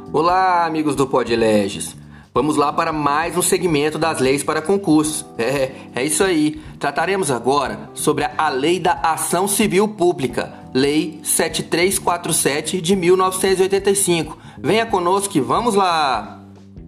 Olá, amigos do Podleges. Vamos lá para mais um segmento das leis para concursos. É isso aí. Trataremos agora sobre a Lei da Ação Civil Pública, Lei 7347 de 1985. Venha conosco e vamos lá!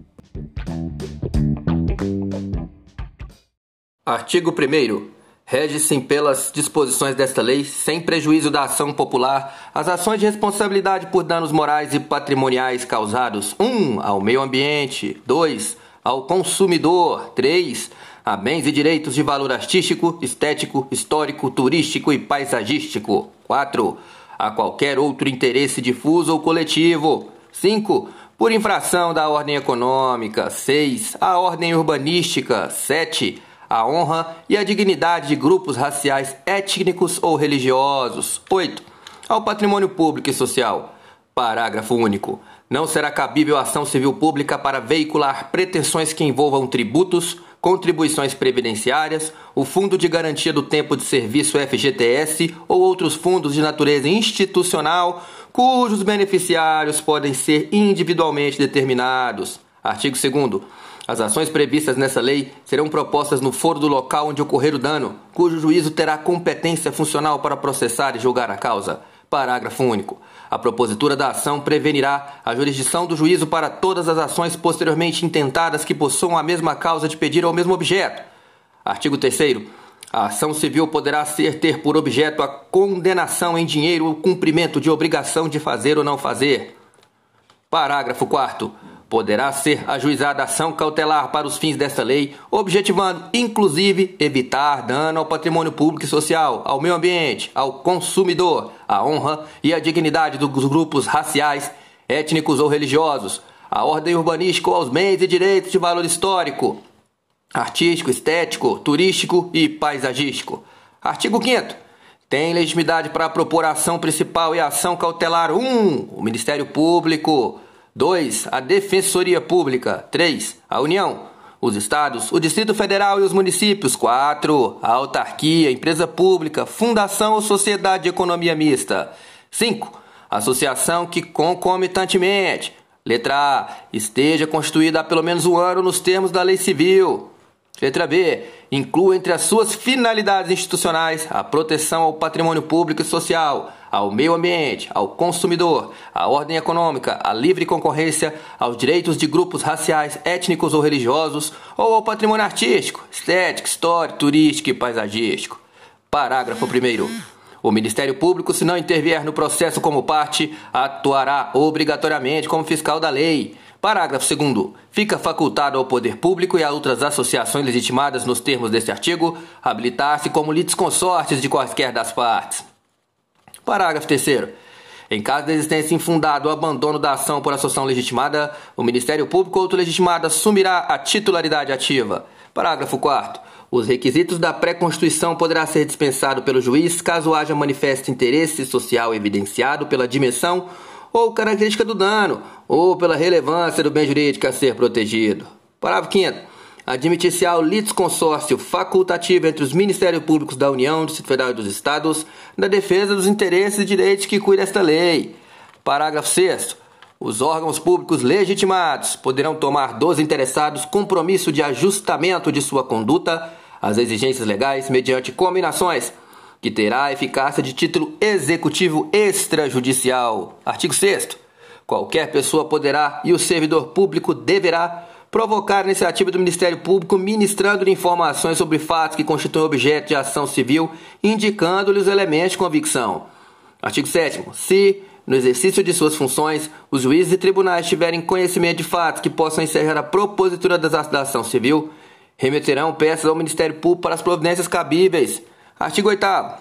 Artigo 1º. Rege-se pelas disposições desta lei, sem prejuízo da ação popular, as ações de responsabilidade por danos morais e patrimoniais causados 1. Ao meio ambiente, 2. Ao consumidor, 3. A bens e direitos de valor artístico, estético, histórico, turístico e paisagístico, 4. A qualquer outro interesse difuso ou coletivo, 5. Por infração da ordem econômica, 6. A ordem urbanística, 7. A honra e a dignidade de grupos raciais, étnicos ou religiosos. 8. Ao patrimônio público e social. Parágrafo único. Não será cabível ação civil pública para veicular pretensões que envolvam tributos, contribuições previdenciárias, o Fundo de Garantia do Tempo de Serviço FGTS ou outros fundos de natureza institucional, cujos beneficiários podem ser individualmente determinados. Artigo 2º. As ações previstas nessa lei serão propostas no foro do local onde ocorrer o dano, cujo juízo terá competência funcional para processar e julgar a causa. Parágrafo único. A propositura da ação prevenirá a jurisdição do juízo para todas as ações posteriormente intentadas que possuam a mesma causa de pedir ao mesmo objeto. Artigo 3º. A ação civil poderá ter por objeto a condenação em dinheiro ou cumprimento de obrigação de fazer ou não fazer. Parágrafo 4º. Poderá ser ajuizada ação cautelar para os fins desta lei, objetivando, inclusive, evitar dano ao patrimônio público e social, ao meio ambiente, ao consumidor, à honra e à dignidade dos grupos raciais, étnicos ou religiosos, à ordem urbanística ou aos bens e direitos de valor histórico, artístico, estético, turístico e paisagístico. Artigo 5º. Tem legitimidade para propor a ação principal e a ação cautelar 1. O Ministério Público. 2. A Defensoria Pública. 3. A União, os Estados, o Distrito Federal e os municípios. 4. A autarquia, empresa pública, fundação ou sociedade de economia mista. 5. Associação que concomitantemente, letra A, esteja constituída há pelo menos um ano nos termos da lei civil. Letra B. Inclua entre as suas finalidades institucionais a proteção ao patrimônio público e social, ao meio ambiente, ao consumidor, à ordem econômica, à livre concorrência, aos direitos de grupos raciais, étnicos ou religiosos, ou ao patrimônio artístico, estético, histórico, turístico e paisagístico. Parágrafo 1º. O Ministério Público, se não intervier no processo como parte, atuará obrigatoriamente como fiscal da lei. Parágrafo 2º. Fica facultado ao Poder Público e a outras associações legitimadas nos termos deste artigo habilitar-se como litisconsortes de quaisquer das partes. Parágrafo 3º. Em caso de existência infundada ou abandono da ação por associação legitimada, o Ministério Público ou outro legitimado assumirá a titularidade ativa. Parágrafo 4º. Os requisitos da pré-constituição poderá ser dispensado pelo juiz caso haja manifesto interesse social evidenciado pela dimensão ou característica do dano, ou pela relevância do bem jurídico a ser protegido. Parágrafo 5º. Admitir-se-á o litisconsórcio facultativo entre os Ministérios Públicos da União, do Distrito Federal e dos Estados na defesa dos interesses e direitos que cuida esta lei. Parágrafo 6º. Os órgãos públicos legitimados poderão tomar dos interessados compromisso de ajustamento de sua conduta às exigências legais mediante combinações que terá eficácia de título executivo extrajudicial. Artigo 6º. Qualquer pessoa poderá e o servidor público deverá provocar a iniciativa do Ministério Público ministrando-lhe informações sobre fatos que constituem objeto de ação civil, indicando-lhe os elementos de convicção. Artigo 7º. Se, no exercício de suas funções, os juízes e tribunais tiverem conhecimento de fatos que possam encerrar a propositura da ação civil, remeterão peças ao Ministério Público para as providências cabíveis. Artigo 8º.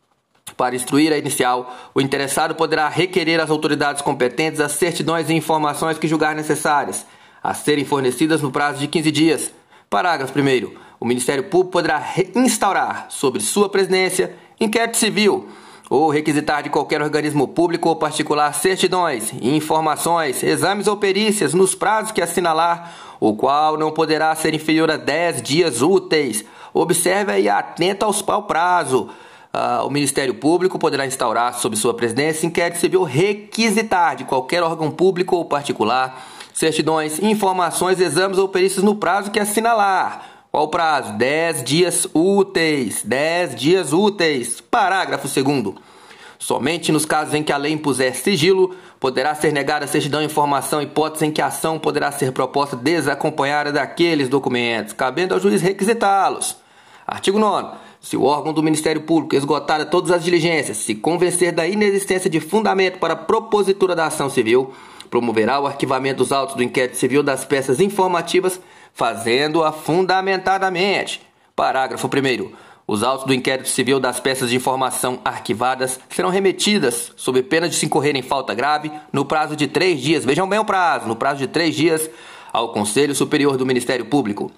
Para instruir a inicial, o interessado poderá requerer às autoridades competentes as certidões e informações que julgar necessárias, a serem fornecidas no prazo de 15 dias. Parágrafo 1º. O Ministério Público poderá instaurar, sobre sua presidência, inquérito civil, ou requisitar de qualquer organismo público ou particular certidões, informações, exames ou perícias nos prazos que assinalar, o qual não poderá ser inferior a 10 dias úteis. Observe aí atento ao prazo. O Ministério Público poderá instaurar, sob sua presidência, inquérito civil requisitar de qualquer órgão público ou particular certidões, informações, exames ou perícias no prazo que assinalar. Qual o prazo? 10 dias úteis. 10 dias úteis. Parágrafo 2º. Somente nos casos em que a lei impuser sigilo, poderá ser negada a certidão de informação, hipótese em que a ação poderá ser proposta desacompanhada daqueles documentos, cabendo ao juiz requisitá-los. Artigo 9º. Se o órgão do Ministério Público exgotar todas as diligências, se convencer da inexistência de fundamento para a propositura da ação civil, promoverá o arquivamento dos autos do inquérito civil das peças informativas, fazendo-a fundamentadamente. Parágrafo 1º. Os autos do inquérito civil das peças de informação arquivadas serão remetidas, sob pena de se incorrer em falta grave, no prazo de 3 dias. Vejam bem o prazo, no prazo de 3 dias, ao Conselho Superior do Ministério Público.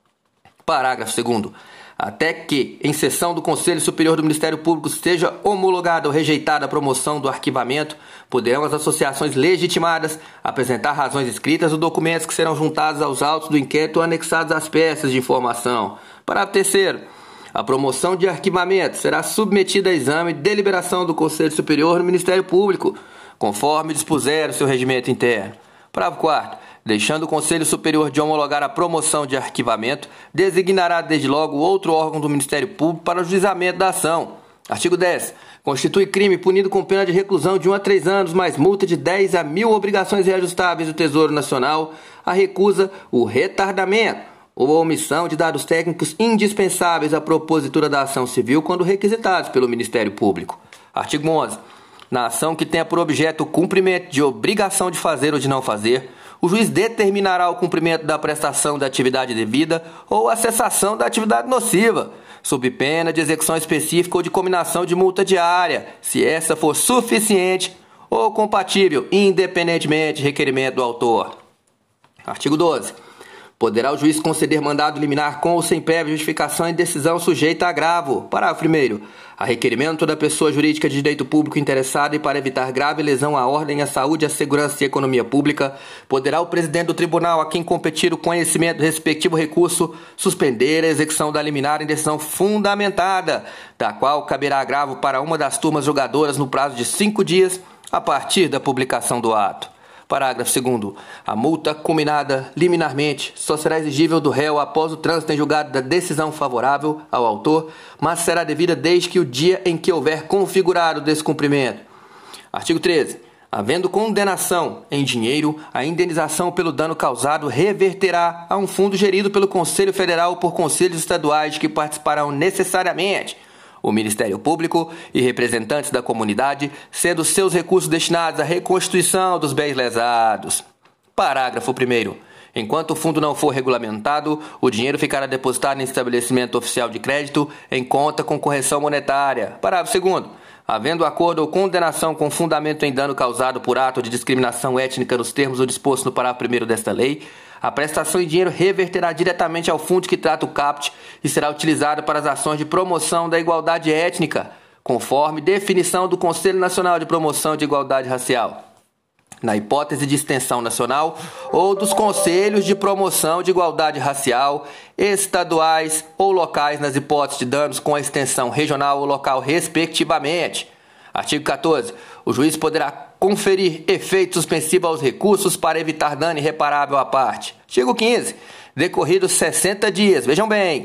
Parágrafo 2º. Até que, em sessão do Conselho Superior do Ministério Público, seja homologada ou rejeitada a promoção do arquivamento, poderão as associações legitimadas apresentar razões escritas ou documentos que serão juntados aos autos do inquérito ou anexados às peças de informação. Parágrafo 3º. A promoção de arquivamento será submetida a exame e deliberação do Conselho Superior do Ministério Público, conforme dispuser o seu regimento interno. Parágrafo 4º. Deixando o Conselho Superior de homologar a promoção de arquivamento, designará desde logo outro órgão do Ministério Público para o juizamento da ação. Artigo 10. Constitui crime punido com pena de reclusão de 1 a 3 anos, mais multa de 10 a 1.000 obrigações reajustáveis do Tesouro Nacional, a recusa, o retardamento ou a omissão de dados técnicos indispensáveis à propositura da ação civil quando requisitados pelo Ministério Público. Artigo 11. Na ação que tenha por objeto o cumprimento de obrigação de fazer ou de não fazer, o juiz determinará o cumprimento da prestação da atividade devida ou a cessação da atividade nociva, sob pena de execução específica ou de cominação de multa diária, se essa for suficiente ou compatível, independentemente de requerimento do autor. Artigo 12. Poderá o juiz conceder mandado liminar com ou sem prévia justificação em decisão sujeita a agravo. Parágrafo 1º. A requerimento da pessoa jurídica de direito público interessada e para evitar grave lesão à ordem, à saúde, à segurança e à economia pública, poderá o presidente do tribunal, a quem competir o conhecimento do respectivo recurso, suspender a execução da liminar em decisão fundamentada, da qual caberá agravo para uma das turmas julgadoras no prazo de 5 dias a partir da publicação do ato. Parágrafo 2º. A multa combinada liminarmente só será exigível do réu após o trânsito em julgado da decisão favorável ao autor, mas será devida desde que o dia em que houver configurado o descumprimento. Artigo 13. Havendo condenação em dinheiro, a indenização pelo dano causado reverterá a um fundo gerido pelo Conselho Federal ou por conselhos estaduais de que participarão necessariamente o Ministério Público e representantes da comunidade, sendo seus recursos destinados à reconstituição dos bens lesados. Parágrafo 1º. Enquanto o fundo não for regulamentado, o dinheiro ficará depositado em estabelecimento oficial de crédito em conta com correção monetária. Parágrafo 2º. Havendo acordo ou condenação com fundamento em dano causado por ato de discriminação étnica nos termos do disposto no parágrafo 1º desta lei, a prestação em dinheiro reverterá diretamente ao fundo que trata o caput e será utilizada para as ações de promoção da igualdade étnica, conforme definição do Conselho Nacional de Promoção de Igualdade Racial, na hipótese de extensão nacional, ou dos Conselhos de Promoção de Igualdade Racial, estaduais ou locais nas hipóteses de danos com a extensão regional ou local, respectivamente. Artigo 14. O juiz poderá conferir efeito suspensivo aos recursos para evitar dano irreparável à parte. Artigo 15. Decorridos 60 dias, vejam bem,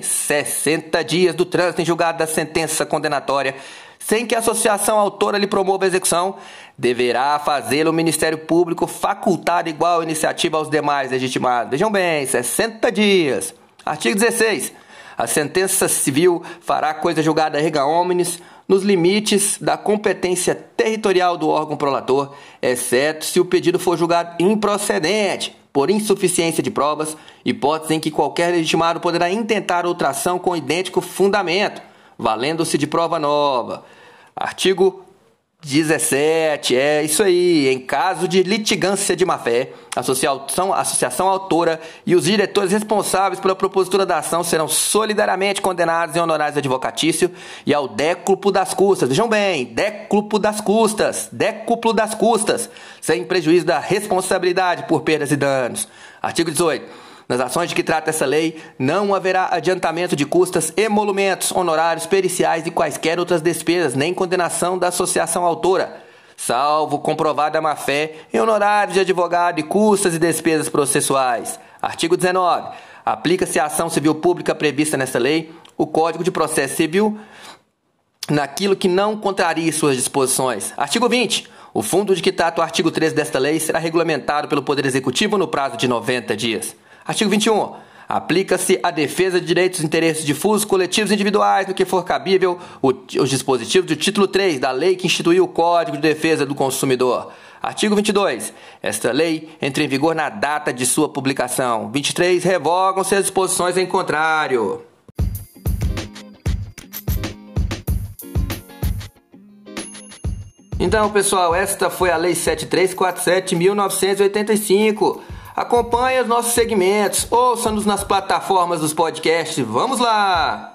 60 dias do trânsito em julgado da sentença condenatória, sem que a associação autora lhe promova a execução, deverá fazê-lo o Ministério Público facultado igual iniciativa aos demais legitimados. Vejam bem, 60 dias. Artigo 16. A sentença civil fará coisa julgada rega omnes nos limites da competência territorial do órgão prolator, exceto se o pedido for julgado improcedente, por insuficiência de provas, hipótese em que qualquer legitimado poderá intentar outra ação com idêntico fundamento, valendo-se de prova nova. Artigo 17, é isso aí. Em caso de litigância de má-fé, a associação autora e os diretores responsáveis pela propositura da ação serão solidariamente condenados em honorários advocatício e ao décuplo das custas. Vejam bem, décuplo das custas, sem prejuízo da responsabilidade por perdas e danos. Artigo 18. Nas ações de que trata essa lei, não haverá adiantamento de custas, emolumentos, honorários, periciais e quaisquer outras despesas, nem condenação da associação autora, salvo comprovada má-fé em honorários de advogado e custas e despesas processuais. Artigo 19. Aplica-se à ação civil pública prevista nesta lei o Código de Processo Civil naquilo que não contrarie suas disposições. Artigo 20. O fundo de que trata o artigo 13 desta lei será regulamentado pelo Poder Executivo no prazo de 90 dias. Artigo 21. Aplica-se à defesa de direitos e interesses difusos, coletivos e individuais, no que for cabível, os dispositivos do título 3 da lei que instituiu o Código de Defesa do Consumidor. Artigo 22. Esta lei entra em vigor na data de sua publicação. 23. Revogam-se as disposições em contrário. Então, pessoal, esta foi a Lei 7347/1985. Acompanhe os nossos segmentos, ouça-nos nas plataformas dos podcasts. Vamos lá!